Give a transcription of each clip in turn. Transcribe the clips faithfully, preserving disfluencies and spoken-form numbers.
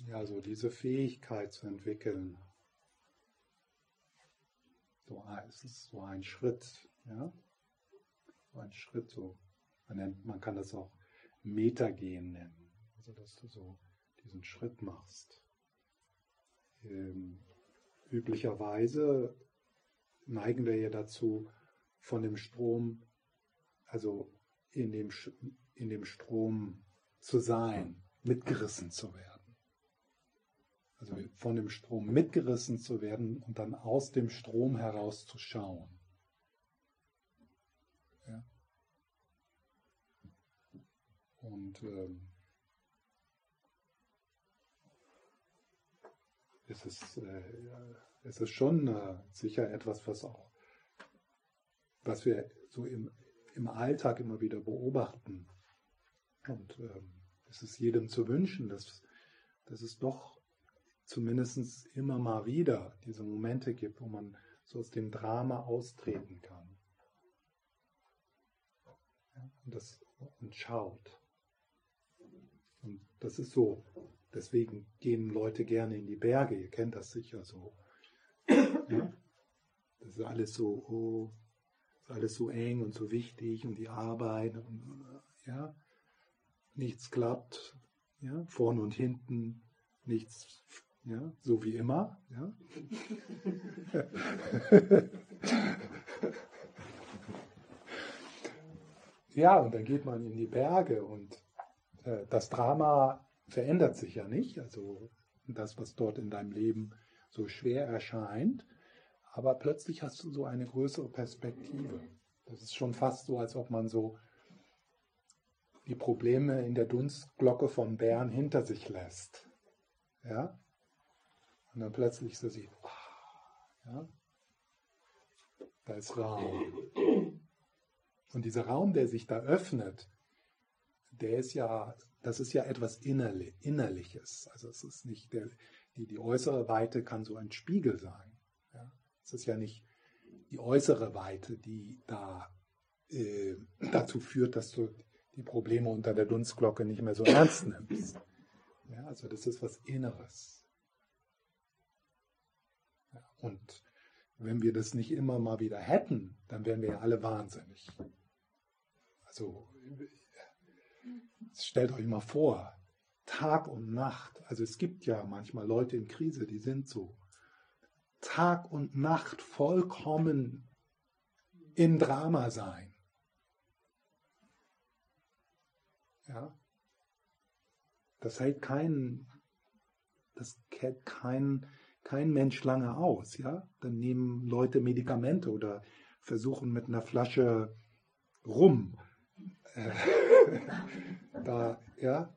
ja, so diese Fähigkeit zu entwickeln. So, es ist so ein Schritt, ja, so ein Schritt, so, man, nennt, man kann das auch Metagehen nennen, also dass du so diesen Schritt machst. Ähm, üblicherweise neigen wir ja dazu, von dem Strom, also in dem, in dem Strom zu sein, mitgerissen zu werden. Also von dem Strom mitgerissen zu werden und dann aus dem Strom heraus zu schauen. Ja. Und ähm, es ist, äh, es ist schon äh, sicher etwas, was auch, was wir so im, im Alltag immer wieder beobachten. Und ähm, es ist jedem zu wünschen, dass, dass es doch zumindest immer mal wieder diese Momente gibt, wo man so aus dem Drama austreten kann. Ja, und, das, und schaut. Und das ist so. Deswegen gehen Leute gerne in die Berge. Ihr kennt das sicher so. Ja? Das ist alles so, oh, ist alles so eng und so wichtig und die Arbeit. Und, ja, nichts klappt. Ja, vorne und hinten. Nichts. Ja, so wie immer. Ja. Ja, und dann geht man in die Berge und äh, das Drama verändert sich ja nicht. Also das, was dort in deinem Leben so schwer erscheint, aber plötzlich hast du so eine größere Perspektive. Das ist schon fast so, als ob man so die Probleme in der Dunstglocke von Bern hinter sich lässt. Ja? Und dann plötzlich so sieht, ja, da ist Raum. Und dieser Raum, der sich da öffnet, der ist ja, das ist ja etwas Innerli- Innerliches. Also es ist nicht, der, die, die äußere Weite kann so ein Spiegel sein. Ja? Es ist ja nicht die äußere Weite, die da äh, dazu führt, dass du die Probleme unter der Dunstglocke nicht mehr so ernst nimmst. Ja, also das ist was Inneres. Ja, und wenn wir das nicht immer mal wieder hätten, dann wären wir ja alle wahnsinnig. Also stellt euch mal vor, Tag und Nacht, also es gibt ja manchmal Leute in Krise, die sind so Tag und Nacht vollkommen im Drama sein. Ja? Das hält kein, das hält kein, kein Mensch lange aus. Ja? Dann nehmen Leute Medikamente oder versuchen mit einer Flasche Rum äh, da, ja.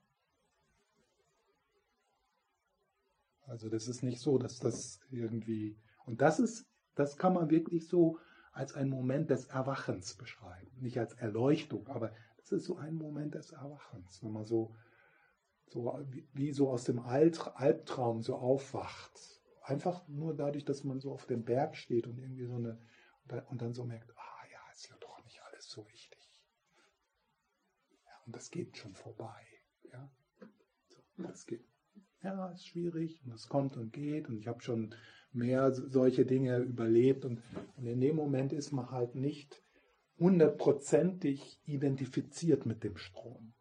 Also das ist nicht so, dass das irgendwie, und das ist, das kann man wirklich so als einen Moment des Erwachens beschreiben. Nicht als Erleuchtung, aber das ist so ein Moment des Erwachens, wenn man so, so wie, wie so aus dem Alt, Albtraum so aufwacht. Einfach nur dadurch, dass man so auf dem Berg steht und irgendwie so eine, und dann so merkt, ah ja, ist ja doch nicht alles so wichtig. Ja, und das geht schon vorbei. Ja, so, das geht. Ja, ist schwierig und es kommt und geht und ich habe schon mehr solche Dinge überlebt und, und in dem Moment ist man halt nicht hundertprozentig identifiziert mit dem Strom.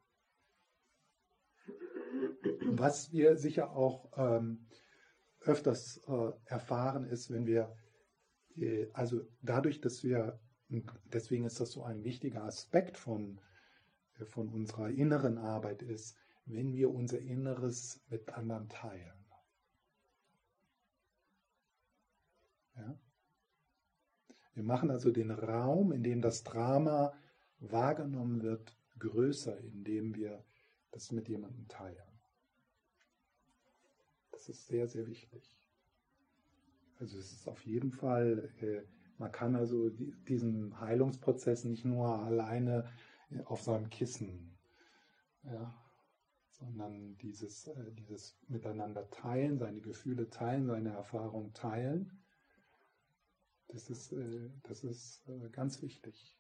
Was wir sicher auch ähm, öfters äh, erfahren ist, wenn wir, äh, also dadurch, dass wir, deswegen ist das so ein wichtiger Aspekt von, äh, von unserer inneren Arbeit ist, wenn wir unser Inneres mit anderen teilen. Ja? Wir machen also den Raum, in dem das Drama wahrgenommen wird, größer, indem wir das mit jemandem teilen. Das ist sehr, sehr wichtig. Also es ist auf jeden Fall, äh, man kann also die, diesen Heilungsprozess nicht nur alleine auf seinem Kissen, ja, sondern dieses, äh, dieses Miteinander teilen, seine Gefühle teilen, seine Erfahrung teilen, das ist, äh, das ist äh, ganz wichtig.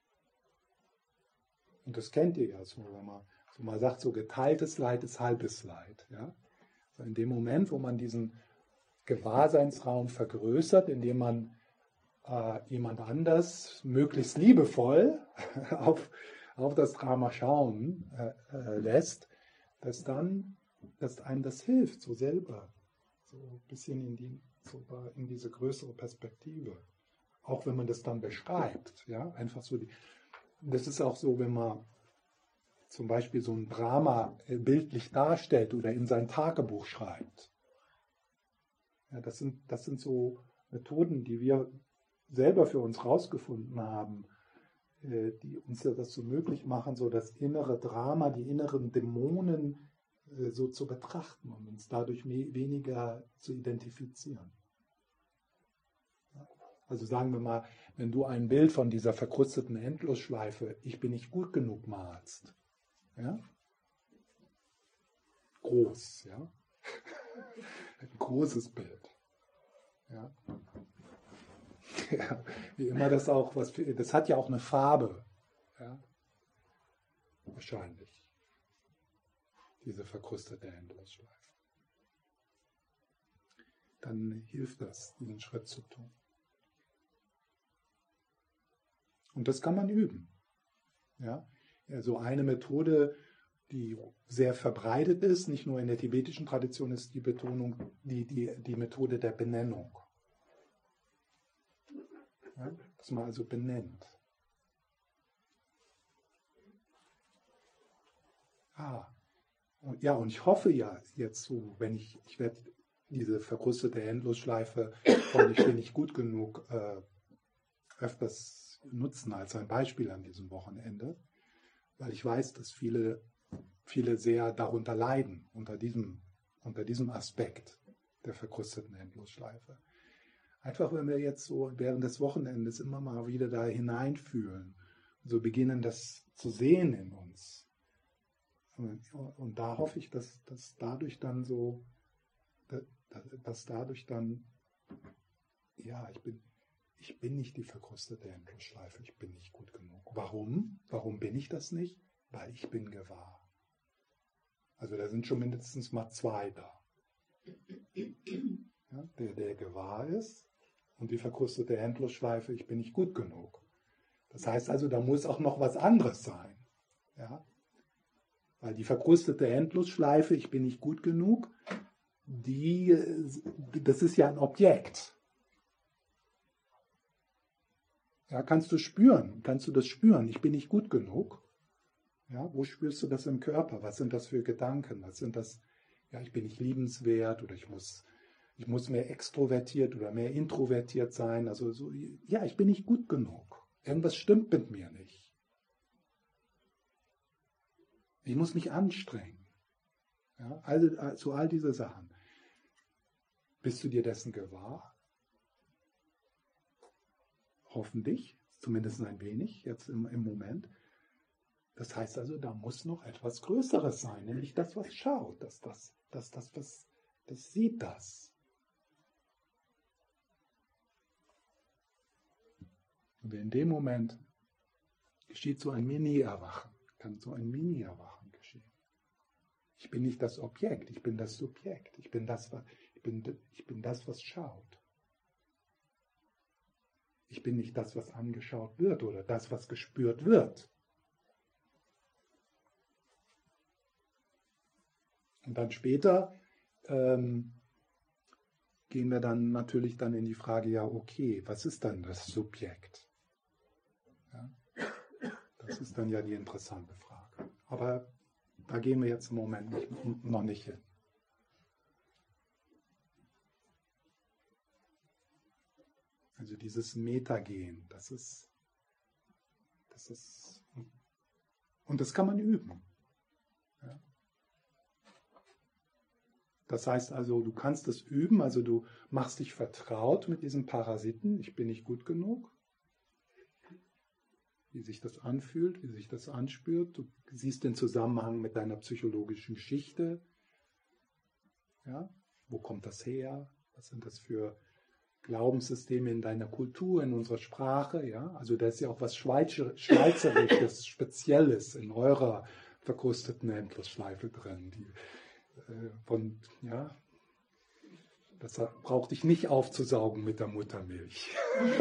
Und das kennt ihr ja so, wenn man so mal sagt, so geteiltes Leid ist halbes Leid. Ja? In dem Moment, wo man diesen Gewahrseinsraum vergrößert, indem man äh, jemand anders möglichst liebevoll auf, auf das Drama schauen äh, äh, lässt, dass dann, dass einem das hilft, so selber, so ein bisschen in, die, so in diese größere Perspektive. Auch wenn man das dann beschreibt, ja, einfach so die, das ist auch so, wenn man zum Beispiel so ein Drama bildlich darstellt oder in sein Tagebuch schreibt. Ja, das sind, das sind so Methoden, die wir selber für uns rausgefunden haben, äh, die uns ja das so möglich machen, so das innere Drama, die inneren Dämonen äh, so zu betrachten und uns dadurch me- weniger zu identifizieren. Ja, also sagen wir mal, wenn du ein Bild von dieser verkrusteten Endlosschleife, ich bin nicht gut genug malst, ja? Groß, ja, ein großes Bild. Ja. Ja, wie immer das auch, was für, das hat ja auch eine Farbe. Ja. Wahrscheinlich. Diese verkrustete Endlosschleife. Dann hilft das, diesen Schritt zu tun. Und das kann man üben. Ja. Also eine Methode, die sehr verbreitet ist, nicht nur in der tibetischen Tradition, ist die Betonung, die, die, die Methode der Benennung. Ja, dass man also benennt. Ah, und, ja, und ich hoffe ja jetzt so, wenn ich, ich werde diese verkrustete Endlosschleife von ich bin nicht gut genug äh, öfters nutzen als ein Beispiel an diesem Wochenende, weil ich weiß, dass viele, viele sehr darunter leiden, unter diesem, unter diesem Aspekt der verkrusteten Endlosschleife. Einfach, wenn wir jetzt so während des Wochenendes immer mal wieder da hineinfühlen, so beginnen, das zu sehen in uns. Und da hoffe ich, dass, dass dadurch dann so, dass dadurch dann, ja, ich bin, ich bin nicht die verkrustete Endlosschleife, ich bin nicht gut genug. Warum? Warum bin ich das nicht? Weil ich bin gewahr. Also da sind schon mindestens mal zwei da. Ja, der, der gewahr ist, und die verkrustete Endlosschleife, ich bin nicht gut genug. Das heißt also, da muss auch noch was anderes sein. Ja? Weil die verkrustete Endlosschleife, ich bin nicht gut genug, die, das ist ja ein Objekt. Ja, kannst du spüren, kannst du das spüren, ich bin nicht gut genug. Ja, wo spürst du das im Körper? Was sind das für Gedanken? Was sind das, ja, ich bin nicht liebenswert oder ich muss... Ich muss mehr extrovertiert oder mehr introvertiert sein. Also so, ja, ich bin nicht gut genug. Irgendwas stimmt mit mir nicht. Ich muss mich anstrengen. Ja, also, also all diese Sachen. Bist du dir dessen gewahr? Hoffentlich, zumindest ein wenig, jetzt im, im Moment. Das heißt also, da muss noch etwas Größeres sein, nämlich das, was schaut, das, das, das, das, was, das sieht das. Und in dem Moment geschieht so ein Mini-Erwachen, kann so ein Mini-Erwachen geschehen. Ich bin nicht das Objekt, ich bin das Subjekt, ich bin das, was, ich bin, ich bin das, was schaut. Ich bin nicht das, was angeschaut wird oder das, was gespürt wird. Und dann später ähm, gehen wir dann natürlich dann in die Frage, ja okay, was ist dann das Subjekt? Ja, das ist dann ja die interessante Frage. Aber da gehen wir jetzt im Moment nicht, noch nicht hin. Also dieses Metagehen, das ist, das ist, und das kann man üben. Ja. Das heißt also, du kannst es üben, also du machst dich vertraut mit diesem Parasiten, ich bin nicht gut genug, wie sich das anfühlt, wie sich das anspürt. Du siehst den Zusammenhang mit deiner psychologischen Geschichte. Ja? Wo kommt das her? Was sind das für Glaubenssysteme in deiner Kultur, in unserer Sprache? Ja? Also da ist ja auch was Schweizer, Schweizerisches, Spezielles in eurer verkrusteten Endlosschleife drin. Die, äh, von, ja, das braucht dich nicht aufzusaugen mit der Muttermilch.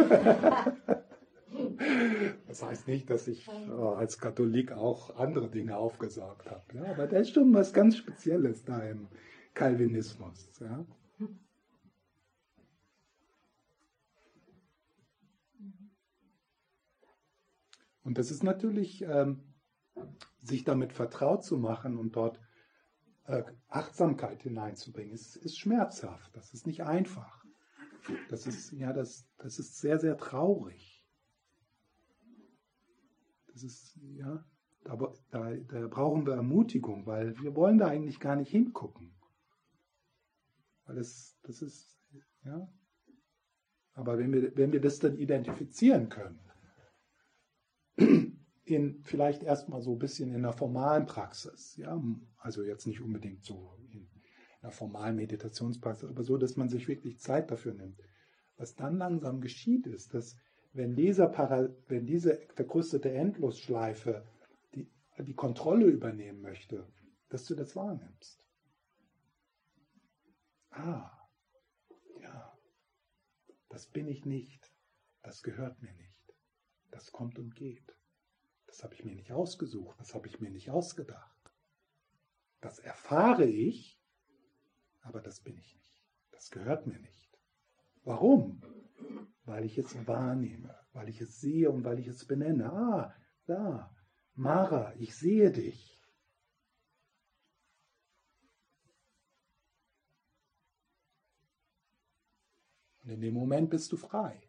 Das heißt nicht, dass ich äh, als Katholik auch andere Dinge aufgesaugt habe. Ja, aber da ist schon was ganz Spezielles da im Calvinismus. Ja. Und das ist natürlich, ähm, sich damit vertraut zu machen und dort äh, Achtsamkeit hineinzubringen, ist, ist schmerzhaft. Das ist nicht einfach. Das ist, ja, das, das ist sehr, sehr traurig. Das ist, ja, da, da, da brauchen wir Ermutigung, weil wir wollen da eigentlich gar nicht hingucken. Weil das, das ist, ja. Aber wenn wir, wenn wir das dann identifizieren können, in vielleicht erstmal so ein bisschen in der formalen Praxis, ja, also jetzt nicht unbedingt so in einer formalen Meditationspraxis, aber so, dass man sich wirklich Zeit dafür nimmt. Was dann langsam geschieht, ist, dass wenn, dieser Para, wenn diese verkrustete Endlosschleife die, die Kontrolle übernehmen möchte, dass du das wahrnimmst. Ah, ja, das bin ich nicht, das gehört mir nicht, das kommt und geht. Das habe ich mir nicht ausgesucht, das habe ich mir nicht ausgedacht. Das erfahre ich, aber das bin ich nicht. Das gehört mir nicht. Warum? Weil ich es wahrnehme, weil ich es sehe und weil ich es benenne. Ah, da, Mara, ich sehe dich. Und in dem Moment bist du frei.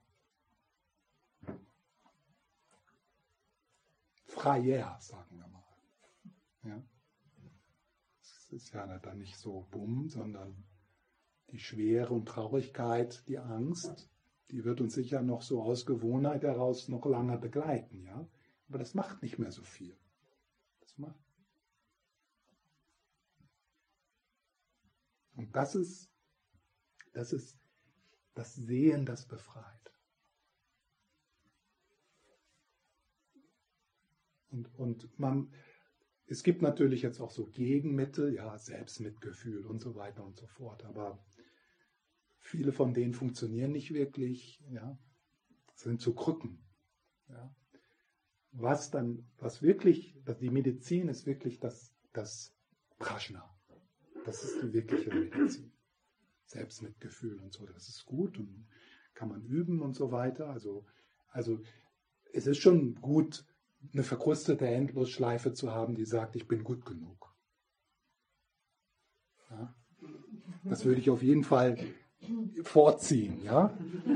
Freier, sagen wir mal. Ja. Es ist ja dann nicht so bumm, sondern die Schwere und Traurigkeit, die Angst, die wird uns sicher noch so aus Gewohnheit heraus noch lange begleiten. Ja? Aber das macht nicht mehr so viel. Das macht. Und das ist, das ist das Sehen, das befreit. Und, und man, es gibt natürlich jetzt auch so Gegenmittel, ja, Selbstmitgefühl und so weiter und so fort, aber viele von denen funktionieren nicht wirklich, ja, sind so Krücken. Ja. Was dann, was wirklich, die Medizin ist wirklich das, das Prajna. Das ist die wirkliche Medizin. Selbstmitgefühl und so, das ist gut und kann man üben und so weiter. Also, also es ist schon gut, eine verkrustete Endlosschleife zu haben, die sagt, ich bin gut genug. Ja? Das würde ich auf jeden Fall vorziehen. Ja?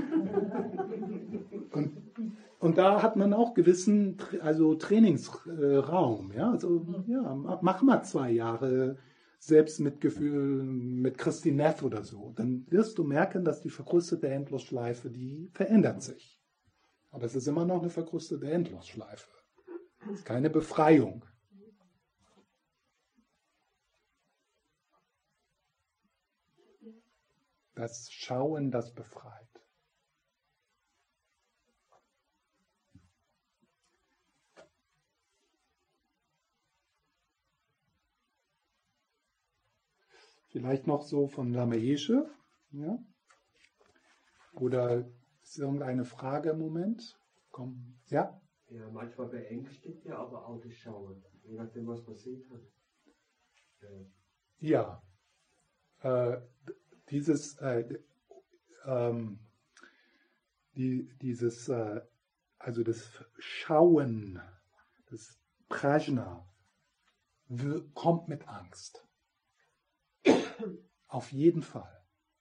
Und, und da hat man auch gewissen also Trainingsraum. Ja? Also, ja, mach mal zwei Jahre Selbstmitgefühl mit Christine Neff oder so. Dann wirst du merken, dass die verkrustete Endlosschleife, die verändert sich. Aber es ist immer noch eine verkrustete Endlosschleife. Das ist keine Befreiung. Das Schauen, das befreit. Vielleicht noch so von Lama Yeshe, ja? Oder ist irgendeine Frage im Moment? Komm, ja? Ja, manchmal beängstigt ja aber auch das Schauen, je nachdem, was man sieht. Ja, äh, dieses, äh, ähm, die, dieses, äh, also das Schauen, das Prajna, kommt mit Angst. Auf jeden Fall.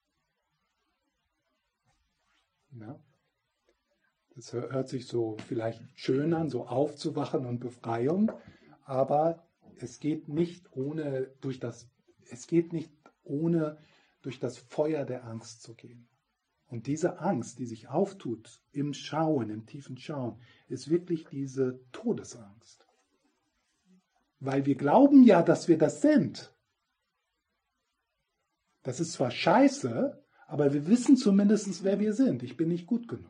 Ja. Das hört sich so vielleicht schön an, so aufzuwachen und Befreiung, aber es geht nicht ohne durch das, es geht nicht ohne durch das Feuer der Angst zu gehen. Und diese Angst, die sich auftut im Schauen, im tiefen Schauen, ist wirklich diese Todesangst. Weil wir glauben ja, dass wir das sind. Das ist zwar scheiße, aber wir wissen zumindest, wer wir sind. Ich bin nicht gut genug.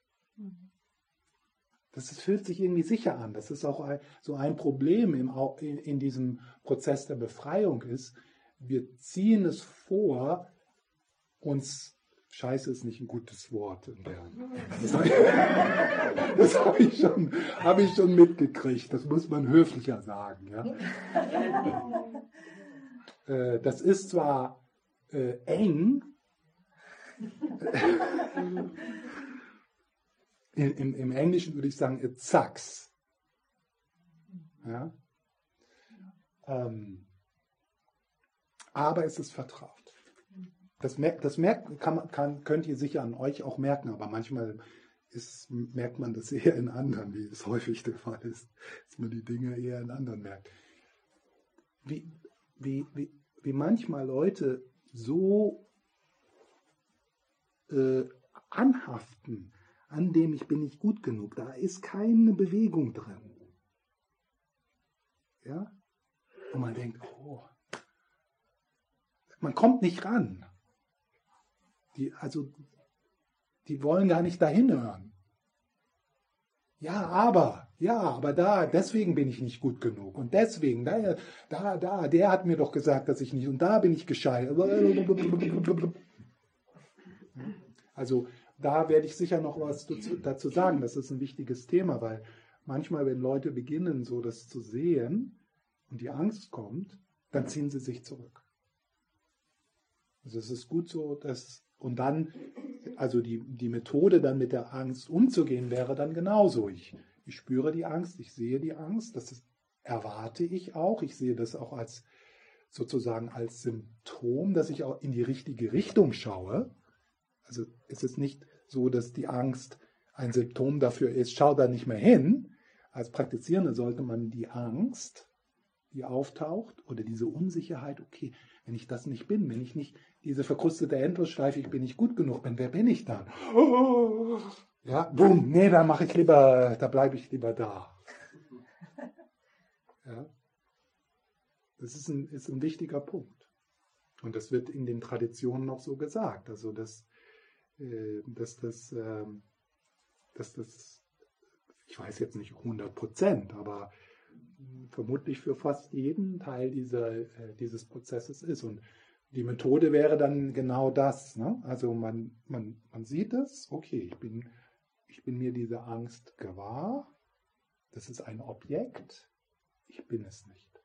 Das ist, fühlt sich irgendwie sicher an. Das ist auch ein, so ein Problem im, in, in diesem Prozess der Befreiung ist, wir ziehen es vor, uns, Scheiße ist nicht ein gutes Wort in Bern. Das habe ich, das habe ich, schon, habe ich schon mitgekriegt, das muss man höflicher sagen. Ja? Äh, das ist zwar äh, eng, Im, Im Englischen würde ich sagen, it sucks. Ja? Ähm, aber es ist vertraut. Das, merkt, das merkt, kann, kann, könnt ihr sicher an euch auch merken, aber manchmal ist, merkt man das eher in anderen, wie es häufig der Fall ist, dass man die Dinge eher in anderen merkt. Wie, wie, wie, wie manchmal Leute so äh, anhaften, an dem ich bin nicht gut genug, da ist keine Bewegung drin. Ja? Und man denkt, oh, man kommt nicht ran. Die, also, die wollen gar nicht dahin hören. Ja, aber, ja, aber da, deswegen bin ich nicht gut genug. Und deswegen, da, da, da, der hat mir doch gesagt, dass ich nicht, und da bin ich gescheitert. Also, da werde ich sicher noch was dazu sagen. Das ist ein wichtiges Thema, weil manchmal, wenn Leute beginnen, so das zu sehen und die Angst kommt, dann ziehen sie sich zurück. Also es ist gut so, dass, und dann, also die, die Methode dann mit der Angst umzugehen, wäre dann genauso. Ich, ich spüre die Angst, ich sehe die Angst, das ist, erwarte ich auch. Ich sehe das auch als sozusagen als Symptom, dass ich auch in die richtige Richtung schaue. Also es ist nicht so, dass die Angst ein Symptom dafür ist, schau da nicht mehr hin. Als Praktizierender sollte man die Angst, die auftaucht, oder diese Unsicherheit, okay, wenn ich das nicht bin, wenn ich nicht diese verkrustete Endlosschleife, ich bin nicht gut genug bin, wer bin ich dann? Ja, boom, nee, da mache ich lieber, da bleibe ich lieber da. Ja, das ist ein, ist ein wichtiger Punkt. Und das wird in den Traditionen auch so gesagt, also dass dass das, dass das, ich weiß jetzt nicht hundert Prozent, aber vermutlich für fast jeden Teil dieser, dieses Prozesses ist. Und die Methode wäre dann genau das. Ne? Also man, man, man sieht es, okay, ich bin, ich bin mir dieser Angst gewahr, das ist ein Objekt, ich bin es nicht.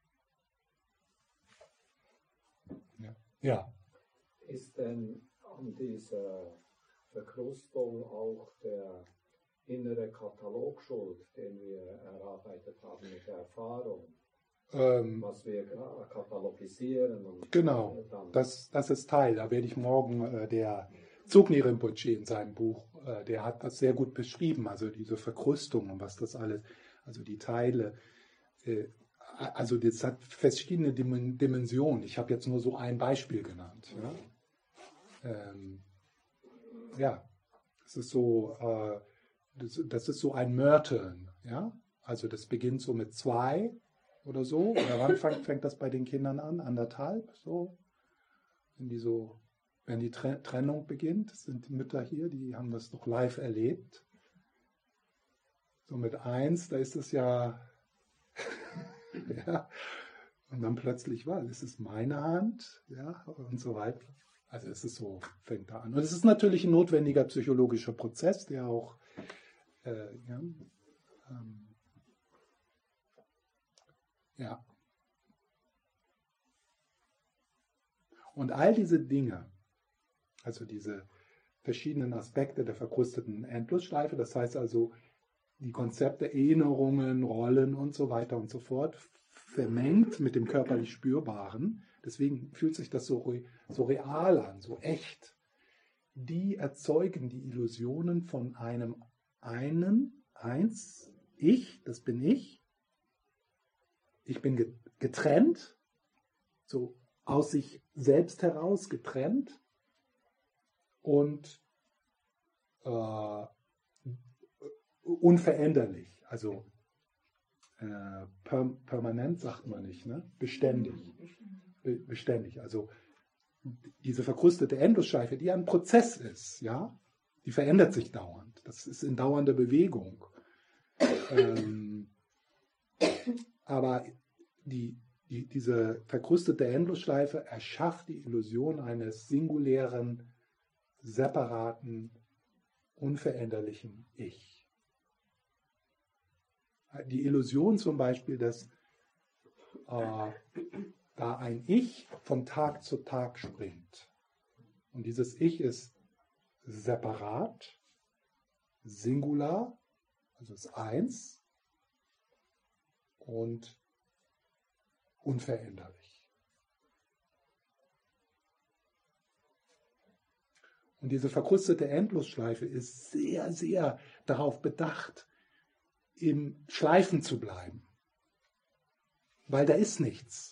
Ja. Ja. Ist denn an dieser Verkrustung auch der innere Katalog schuld, den wir erarbeitet haben mit der Erfahrung, ähm, was wir katalogisieren? Und genau, dann das, das ist Teil. Da werde ich morgen äh, der Tsukni Rinpoche in seinem Buch, äh, der hat das sehr gut beschrieben, also diese Verkrustung und was das alles, also die Teile, äh, also das hat verschiedene Dimensionen. Ich habe jetzt nur so ein Beispiel genannt. Ja? Ähm, ja, das ist so, äh, das, das ist so ein Mörteln, ja, also das beginnt so mit zwei oder so, oder wann fängt, fängt das bei den Kindern an, anderthalb, so, wenn die so, wenn die Tre- Trennung beginnt, das sind die Mütter hier, die haben das doch live erlebt, so mit eins, da ist es ja, ja, und dann plötzlich, was, ist es meine Hand, ja, und so weiter. Also es ist so, fängt da an. Und es ist natürlich ein notwendiger psychologischer Prozess, der auch, äh, ja, ähm, ja. Und all diese Dinge, also diese verschiedenen Aspekte der verkrusteten Endlosschleife, das heißt also die Konzepte Erinnerungen, Rollen und so weiter und so fort, vermengt mit dem körperlich Spürbaren, deswegen fühlt sich das so, so real an, so echt. Die erzeugen die Illusionen von einem einen, eins, ich, das bin ich. Ich bin getrennt, so aus sich selbst heraus getrennt und äh, unveränderlich, also äh, per, permanent sagt man nicht, ne? beständig. Be, beständig, also diese verkrustete Endlosschleife, die ein Prozess ist, ja, die verändert sich dauernd. Das ist in dauernder Bewegung. Ähm, aber die, die, diese verkrustete Endlosschleife erschafft die Illusion eines singulären, separaten, unveränderlichen Ich. Die Illusion zum Beispiel, dass äh, da ein Ich von Tag zu Tag springt. Und dieses Ich ist separat, singular, also ist eins und unveränderlich. Und diese verkrustete Endlosschleife ist sehr, sehr darauf bedacht, im Schleifen zu bleiben. Weil da ist nichts.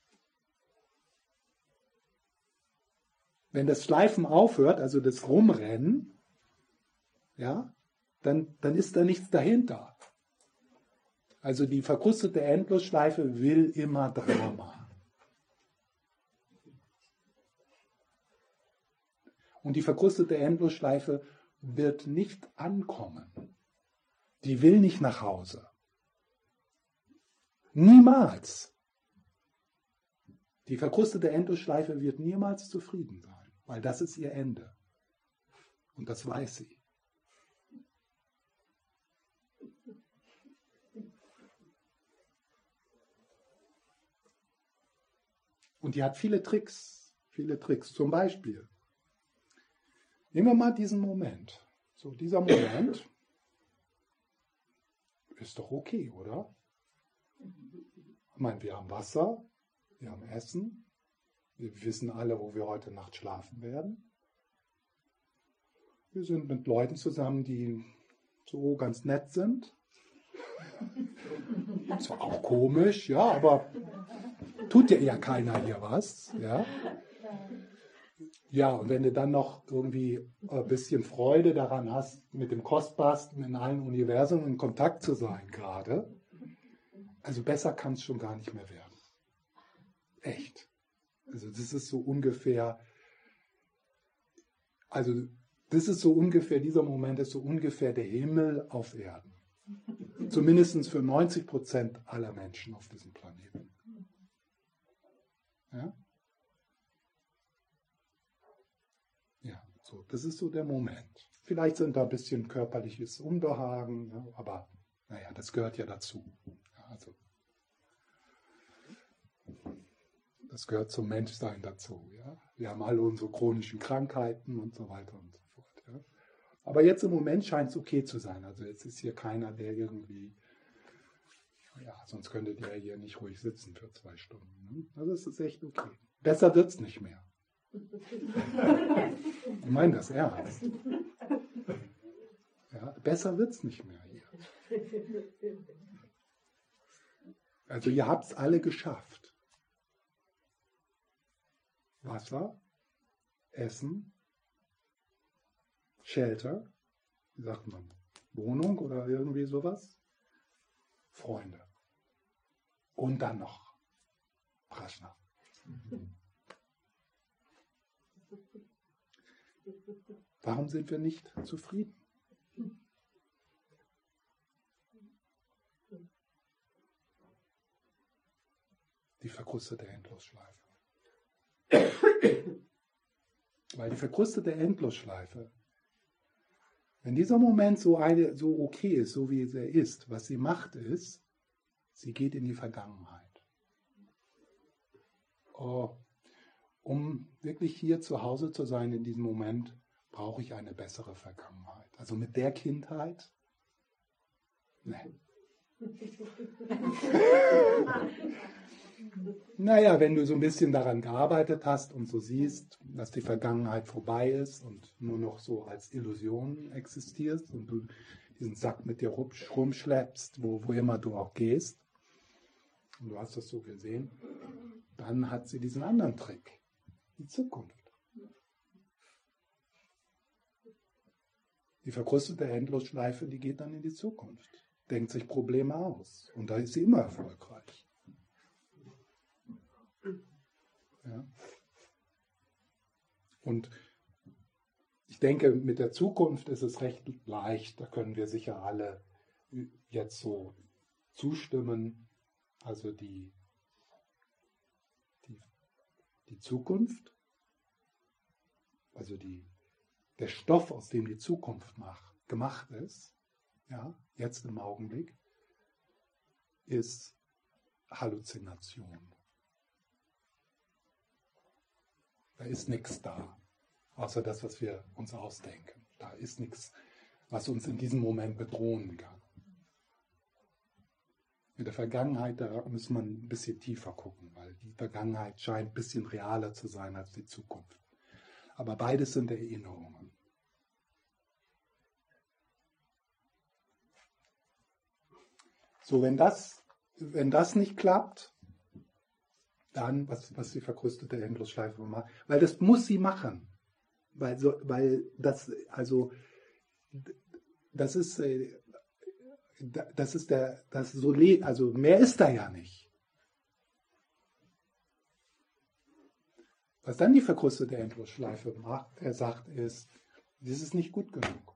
Wenn das Schleifen aufhört, also das Rumrennen, ja, dann, dann ist da nichts dahinter. Also die verkrustete Endlosschleife will immer Drama. Und die verkrustete Endlosschleife wird nicht ankommen. Die will nicht nach Hause. Niemals. Die verkrustete Endlosschleife wird niemals zufrieden sein, weil das ist ihr Ende. Und das weiß sie. Und die hat viele Tricks, viele Tricks. Zum Beispiel, nehmen wir mal diesen Moment. So, dieser Moment ist doch okay, oder? Ich meine, wir haben Wasser, wir haben Essen, wir wissen alle, wo wir heute Nacht schlafen werden. Wir sind mit Leuten zusammen, die so ganz nett sind. Zwar auch komisch, ja, aber tut ja eher keiner hier was. Ja, ja, und wenn du dann noch irgendwie ein bisschen Freude daran hast, mit dem Kostbarsten in allen Universen in Kontakt zu sein gerade, also besser kann es schon gar nicht mehr werden. Echt. Also das ist so ungefähr, also das ist so ungefähr, dieser Moment ist so ungefähr der Himmel auf Erden. Zumindest für neunzig Prozent aller Menschen auf diesem Planeten. Ja? Ja, so, das ist so der Moment. Vielleicht sind da ein bisschen körperliches Unbehagen, ja, aber naja, das gehört ja dazu. Ja, also, das gehört zum Menschsein dazu. Ja? Wir haben alle unsere chronischen Krankheiten und so weiter und so fort. Ja? Aber jetzt im Moment scheint es okay zu sein. Also jetzt ist hier keiner, der irgendwie, ja, sonst könntet ihr hier nicht ruhig sitzen für zwei Stunden. Ne? Also es ist echt okay. Besser wird es nicht mehr. Ich meine das ernst. Ja, besser wird es nicht mehr hier. Also ihr habt es alle geschafft. Wasser, Essen, Shelter, wie sagt man, Wohnung oder irgendwie sowas, Freunde. Und dann noch Prajna. Warum sind wir nicht zufrieden? Die verkrustete Endlosschleife. Weil die verkrustete Endlosschleife, wenn dieser Moment so, eine, so okay ist, so wie er ist, was sie macht ist, sie geht in die Vergangenheit. Oh, um wirklich hier zu Hause zu sein in diesem Moment, brauche ich eine bessere Vergangenheit. Also mit der Kindheit? Nee. Naja, wenn du so ein bisschen daran gearbeitet hast und so siehst, dass die Vergangenheit vorbei ist und nur noch so als Illusion existierst und du diesen Sack mit dir rumschleppst, wo, wo immer du auch gehst, und du hast das so gesehen, dann hat sie diesen anderen Trick, die Zukunft. Die verkrustete Endlosschleife, die geht dann in die Zukunft, denkt sich Probleme aus und da ist sie immer erfolgreich. Ja. Und ich denke, mit der Zukunft ist es recht leicht, da können wir sicher alle jetzt so zustimmen. Also die die Zukunft, also die, der Stoff, aus dem die Zukunft macht, gemacht ist, ja, jetzt im Augenblick, ist Halluzination. Da ist nichts da, außer das, was wir uns ausdenken. Da ist nichts, was uns in diesem Moment bedrohen kann. In der Vergangenheit, da muss man ein bisschen tiefer gucken, weil die Vergangenheit scheint ein bisschen realer zu sein als die Zukunft. Aber beides sind Erinnerungen. So, wenn das, wenn das nicht klappt, dann, was, was die verkrustete Endlosschleife macht, weil das muss sie machen. Weil, so, weil das, also, das ist, das ist der, das so, also mehr ist da ja nicht. Was dann die verkrustete Endlosschleife macht, er sagt, ist, das ist nicht gut genug.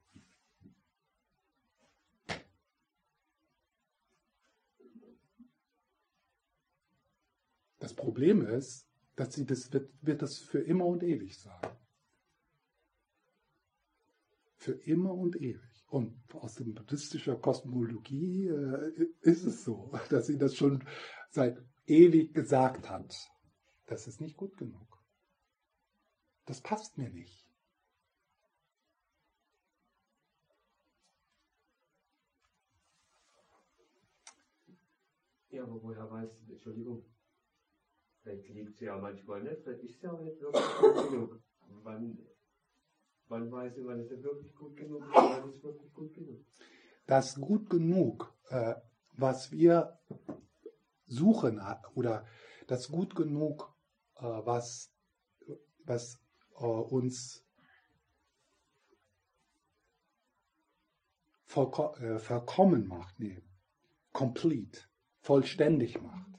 Das Problem ist, dass sie das wird, wird das für immer und ewig sagen. Für immer und ewig. Und aus der buddhistischer Kosmologie äh, ist es so, dass sie das schon seit ewig gesagt hat. Das ist nicht gut genug. Das passt mir nicht. Ja, aber woher weiß, Entschuldigung, vielleicht liegt sie ja manchmal nicht, vielleicht ist sie aber nicht wirklich gut genug. Wann, wann weiß sie, wann ist sie wirklich gut genug und wann ist es wirklich gut genug? Das gut genug, äh, was wir suchen, oder das gut genug, äh, was, was äh, uns vollko- äh, vollkommen macht, nee, complete, vollständig macht.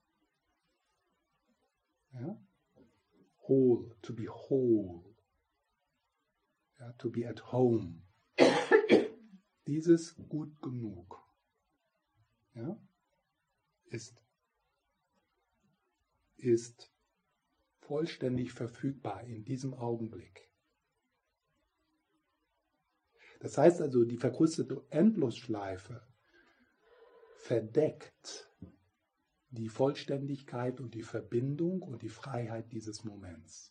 Ja? Whole, to be whole. Ja, to be at home. Dieses gut genug, ja, ist, ist vollständig verfügbar in diesem Augenblick. Das heißt also, die verkrustete Endlosschleife verdeckt die Vollständigkeit und die Verbindung und die Freiheit dieses Moments.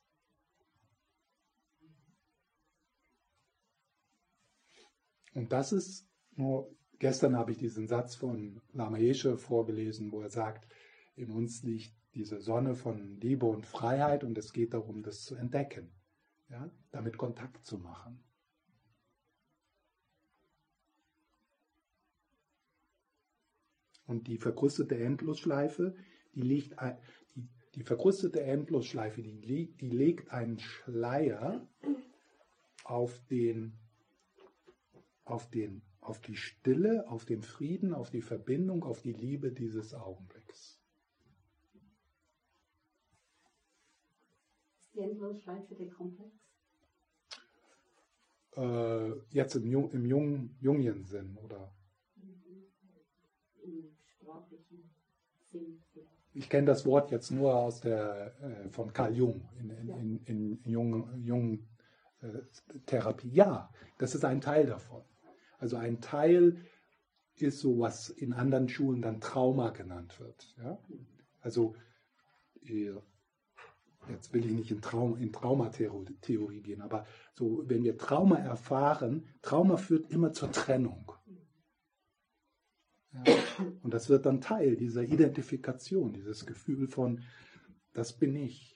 Und das ist nur, gestern habe ich diesen Satz von Lama Yeshe vorgelesen, wo er sagt, in uns liegt diese Sonne von Liebe und Freiheit und es geht darum, das zu entdecken, ja, damit Kontakt zu machen. Und die verkrustete Endlosschleife, die liegt, die, die verkrustete Endlosschleife, die, die legt einen Schleier auf den Auf, den, auf die Stille, auf den Frieden, auf die Verbindung, auf die Liebe dieses Augenblicks. Ist die Endlosschleife der Komplex? Äh, jetzt im, Jung, im Jung, Jungian-Sinn, oder? Im sprachlichen Sinn. Ich kenne das Wort jetzt nur aus der, äh, von Carl Jung in, in, Ja. in, in, in Jung, Jung äh, Therapie. Ja, das ist ein Teil davon. Also ein Teil ist so, was in anderen Schulen dann Trauma genannt wird. Ja? Also jetzt will ich nicht in, Traum, in Traumatheorie gehen, aber so, wenn wir Trauma erfahren, Trauma führt immer zur Trennung. Ja? Und das wird dann Teil dieser Identifikation, dieses Gefühl von, das bin ich.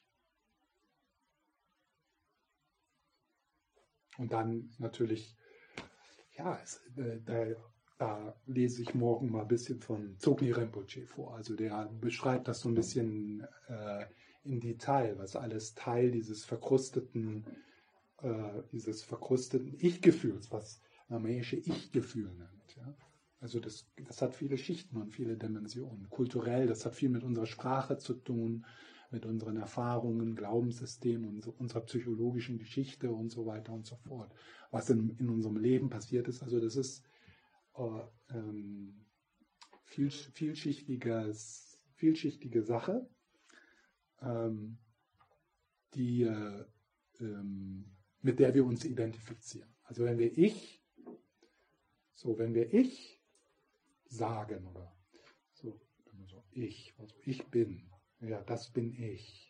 Und dann natürlich, ja, es, äh, da, da lese ich morgen mal ein bisschen von Tsogni Rinpoche vor. Also der beschreibt das so ein bisschen äh, in Detail, was alles Teil dieses verkrusteten, äh, dieses verkrusteten Ich-Gefühls, was Lama Yeshe Ich-Gefühl nennt. Ja? Also das, das hat viele Schichten und viele Dimensionen. Kulturell, das hat viel mit unserer Sprache zu tun, mit unseren Erfahrungen, Glaubenssystemen und so, unserer psychologischen Geschichte und so weiter und so fort. Was in, in unserem Leben passiert ist, also das ist äh, ähm, viel, vielschichtiges, vielschichtige Sache. Ähm, die, äh, ähm, mit der wir uns identifizieren. Also wenn wir ich, so wenn wir ich sagen oder so, so ich, also ich bin, ja, das bin ich.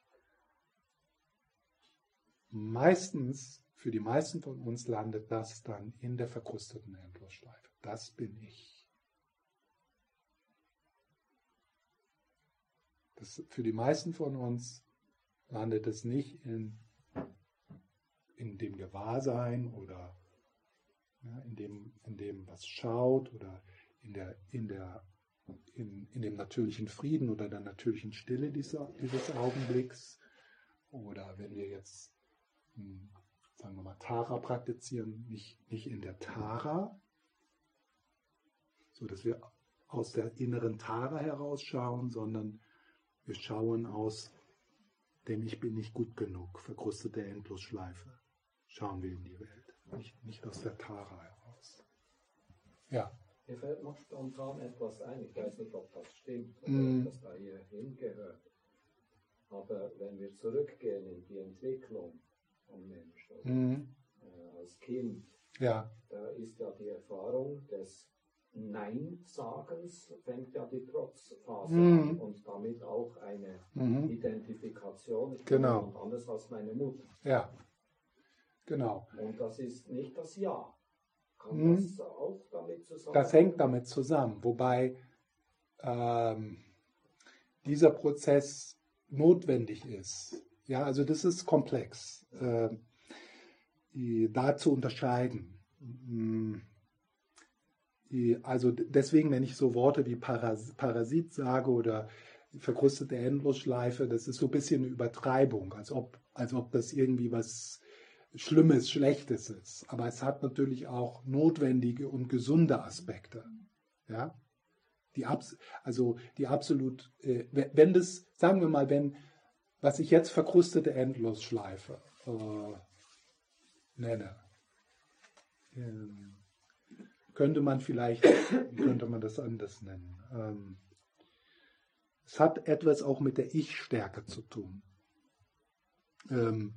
Meistens, für die meisten von uns landet das dann in der verkrusteten Endlosschleife. Das bin ich. Das, für die meisten von uns landet es nicht in, in dem Gewahrsein oder ja, in, dem, in dem, was schaut oder in, der, in, der, in, in dem natürlichen Frieden oder der natürlichen Stille dieser, dieses Augenblicks. Oder wenn wir jetzt, hm, sagen wir mal, Tara praktizieren, nicht, nicht in der Tara, so dass wir aus der inneren Tara herausschauen, sondern wir schauen aus dem Ich bin nicht gut genug, verkrustete Endlosschleife. Schauen wir in die Welt, nicht, nicht aus der Tara heraus. Ja. Mir fällt noch spontan etwas ein, ich weiß nicht, ob das stimmt oder Mm. ob das da hier hingehört. Aber wenn wir zurückgehen in die Entwicklung vom Mensch, oder, Mm. äh, als Kind, Ja. da ist ja die Erfahrung des Nein-Sagens, fängt ja die Trotzphase Mhm. an und damit auch eine Mhm. Identifikation, ich bin Genau. jemand anders als meine Mutter. Ja. Genau. Und das ist nicht das Ja. Kann Mhm. das auch damit zusammenhängen? Das hängt damit zusammen, wobei ähm, dieser Prozess notwendig ist. Ja, also das ist komplex, äh, da zu unterscheiden. Mm, Also deswegen, wenn ich so Worte wie Paras Parasit sage oder verkrustete Endlosschleife, das ist so ein bisschen eine Übertreibung, als ob, als ob das irgendwie was Schlimmes, Schlechtes ist. Aber es hat natürlich auch notwendige und gesunde Aspekte. Ja? Die Abs also die absolut, äh, wenn das, sagen wir mal, wenn, was ich jetzt verkrustete Endlosschleife äh, nenne, ähm, könnte man vielleicht, könnte man das anders nennen. Ähm, es hat etwas auch mit der Ich-Stärke zu tun. Ähm,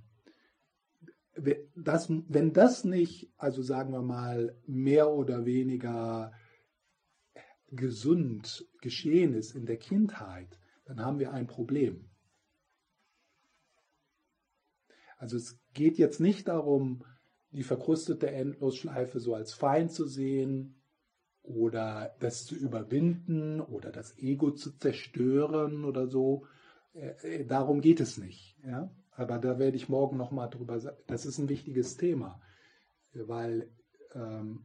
das, wenn das nicht, also sagen wir mal, mehr oder weniger gesund geschehen ist in der Kindheit, dann haben wir ein Problem. Also es geht jetzt nicht darum, die verkrustete Endlosschleife so als Feind zu sehen oder das zu überwinden oder das Ego zu zerstören oder so. Äh, darum geht es nicht. Ja? Aber da werde ich morgen nochmal drüber sagen. Das ist ein wichtiges Thema, weil ähm,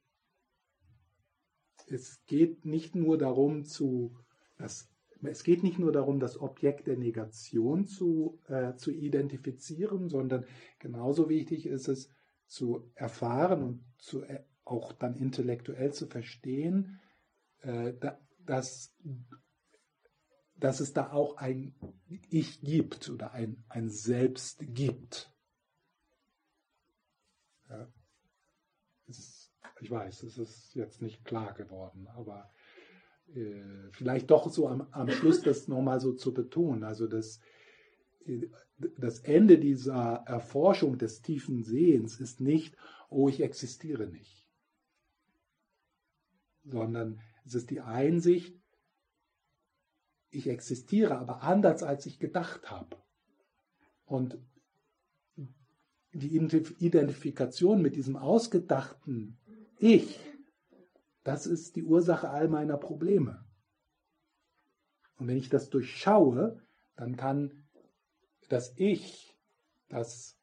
es geht nicht nur darum, zu, das, es geht nicht nur darum, das Objekt der Negation zu, äh, zu identifizieren, sondern genauso wichtig ist es, zu erfahren und zu, äh, auch dann intellektuell zu verstehen, äh, da, dass, dass es da auch ein Ich gibt oder ein, ein Selbst gibt. Ja. Es, ich weiß, es ist jetzt nicht klar geworden, aber äh, vielleicht doch so am, am Schluss das nochmal so zu betonen, also das Das Ende dieser Erforschung des tiefen Sehens ist nicht, oh, ich existiere nicht, sondern es ist die Einsicht, ich existiere, aber anders, als ich gedacht habe. Und die Identifikation mit diesem ausgedachten Ich, das ist die Ursache all meiner Probleme. Und wenn ich das durchschaue, dann kann das Ich, das,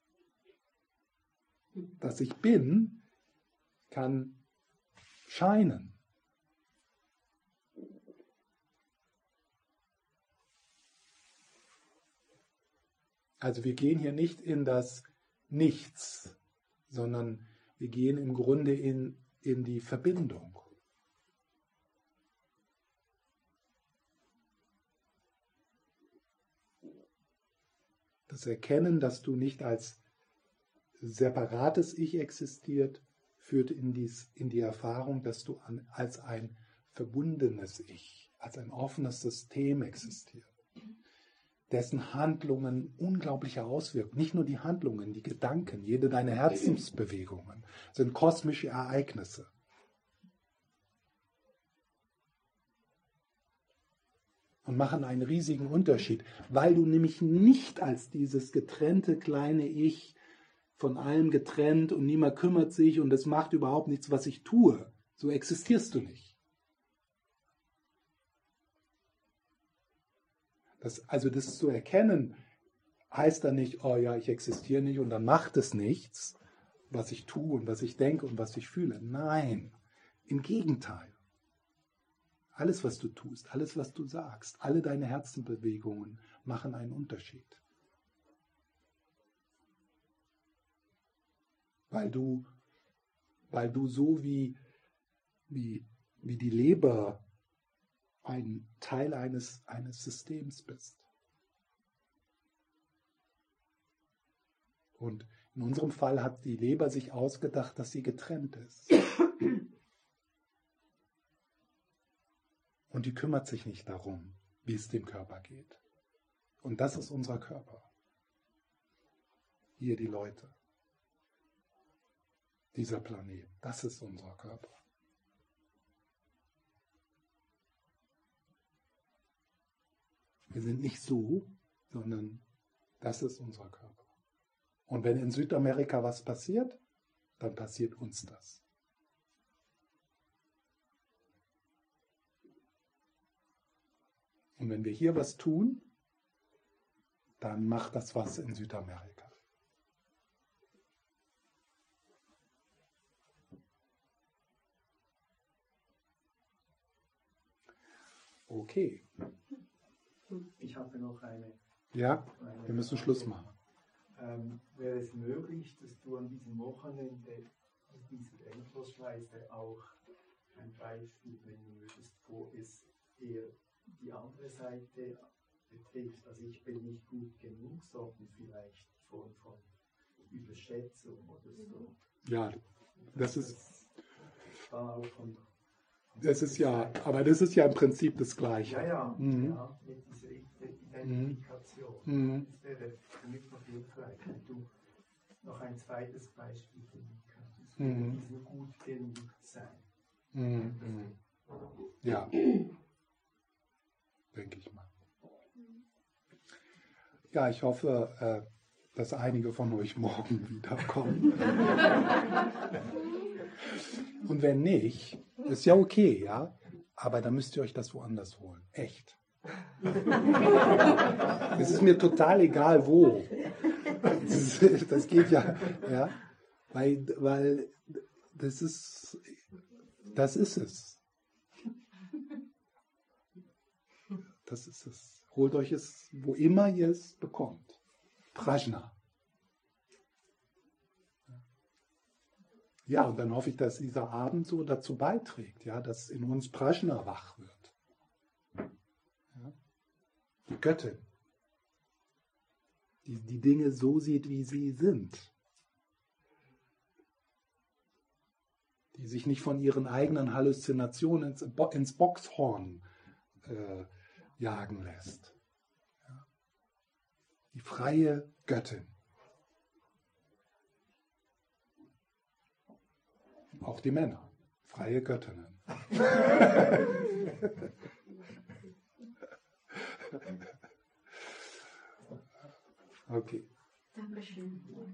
das ich bin, kann scheinen. Also wir gehen hier nicht in das Nichts, sondern wir gehen im Grunde in, in die Verbindung. Das Erkennen, dass du nicht als separates Ich existiert, führt in, dies, in die Erfahrung, dass du an, als ein verbundenes Ich, als ein offenes System existiert. dessen Handlungen unglaubliche Auswirkungen, nicht nur die Handlungen, die Gedanken, jede deine Herzensbewegungen sind kosmische Ereignisse. Und machen einen riesigen Unterschied, weil du nämlich nicht als dieses getrennte kleine Ich, von allem getrennt und niemand kümmert sich und es macht überhaupt nichts, was ich tue. So existierst du nicht. Das, also das zu erkennen, heißt dann nicht, oh ja, ich existiere nicht und dann macht es nichts, was ich tue und was ich denke und was ich fühle. Nein, im Gegenteil. Alles, was du tust, alles, was du sagst, alle deine Herzenbewegungen machen einen Unterschied. Weil du, weil du so wie, wie, wie die Leber ein Teil eines, eines Systems bist. Und in unserem Fall hat die Leber sich ausgedacht, dass sie getrennt ist. Und die kümmert sich nicht darum, wie es dem Körper geht. Und das ist unser Körper. Hier die Leute. Dieser Planet, das ist unser Körper. Wir sind nicht so, sondern das ist unser Körper. Und wenn in Südamerika was passiert, dann passiert uns das. Und wenn wir hier was tun, dann macht das was in Südamerika. Okay. Ich habe noch eine. Ja, eine wir müssen Frage. Schluss machen. Ähm, wäre es möglich, dass du an diesem Wochenende, an dieser Endlosschleife auch ein Beispiel bringen würdest, wo es eher die andere Seite betrifft? Also ich bin nicht gut genug, sondern vielleicht von, von Überschätzung oder so. Ja, das ist, Das war auch von, das ist ja, aber das ist ja im Prinzip das Gleiche. Ja, ja, Mhm. ja, mit dieser Identifikation. Mhm. Das wäre für mich noch hilfreich, wenn du noch ein zweites Beispiel finden könntest. Für Mhm. diesen gut genug sein. Mhm. Mhm. Ja, denke ich mal. Ja, ich hoffe, äh, dass einige von euch morgen wiederkommen. Und wenn nicht, ist ja okay, ja, aber dann müsst ihr euch das woanders holen. Echt. Es ist mir total egal, wo. Das, das geht ja, ja, weil, weil das ist, das ist es. Das ist es. Holt euch es, wo immer ihr es bekommt. Prajna. Ja, und dann hoffe ich, dass dieser Abend so dazu beiträgt, ja, dass in uns Prajna wach wird. Ja. Die Göttin, die die Dinge so sieht, wie sie sind. Die sich nicht von ihren eigenen Halluzinationen ins, ins Boxhorn äh, jagen lässt. Ja. Die freie Göttin. Auch die Männer, freie Göttinnen. Okay. Dankeschön.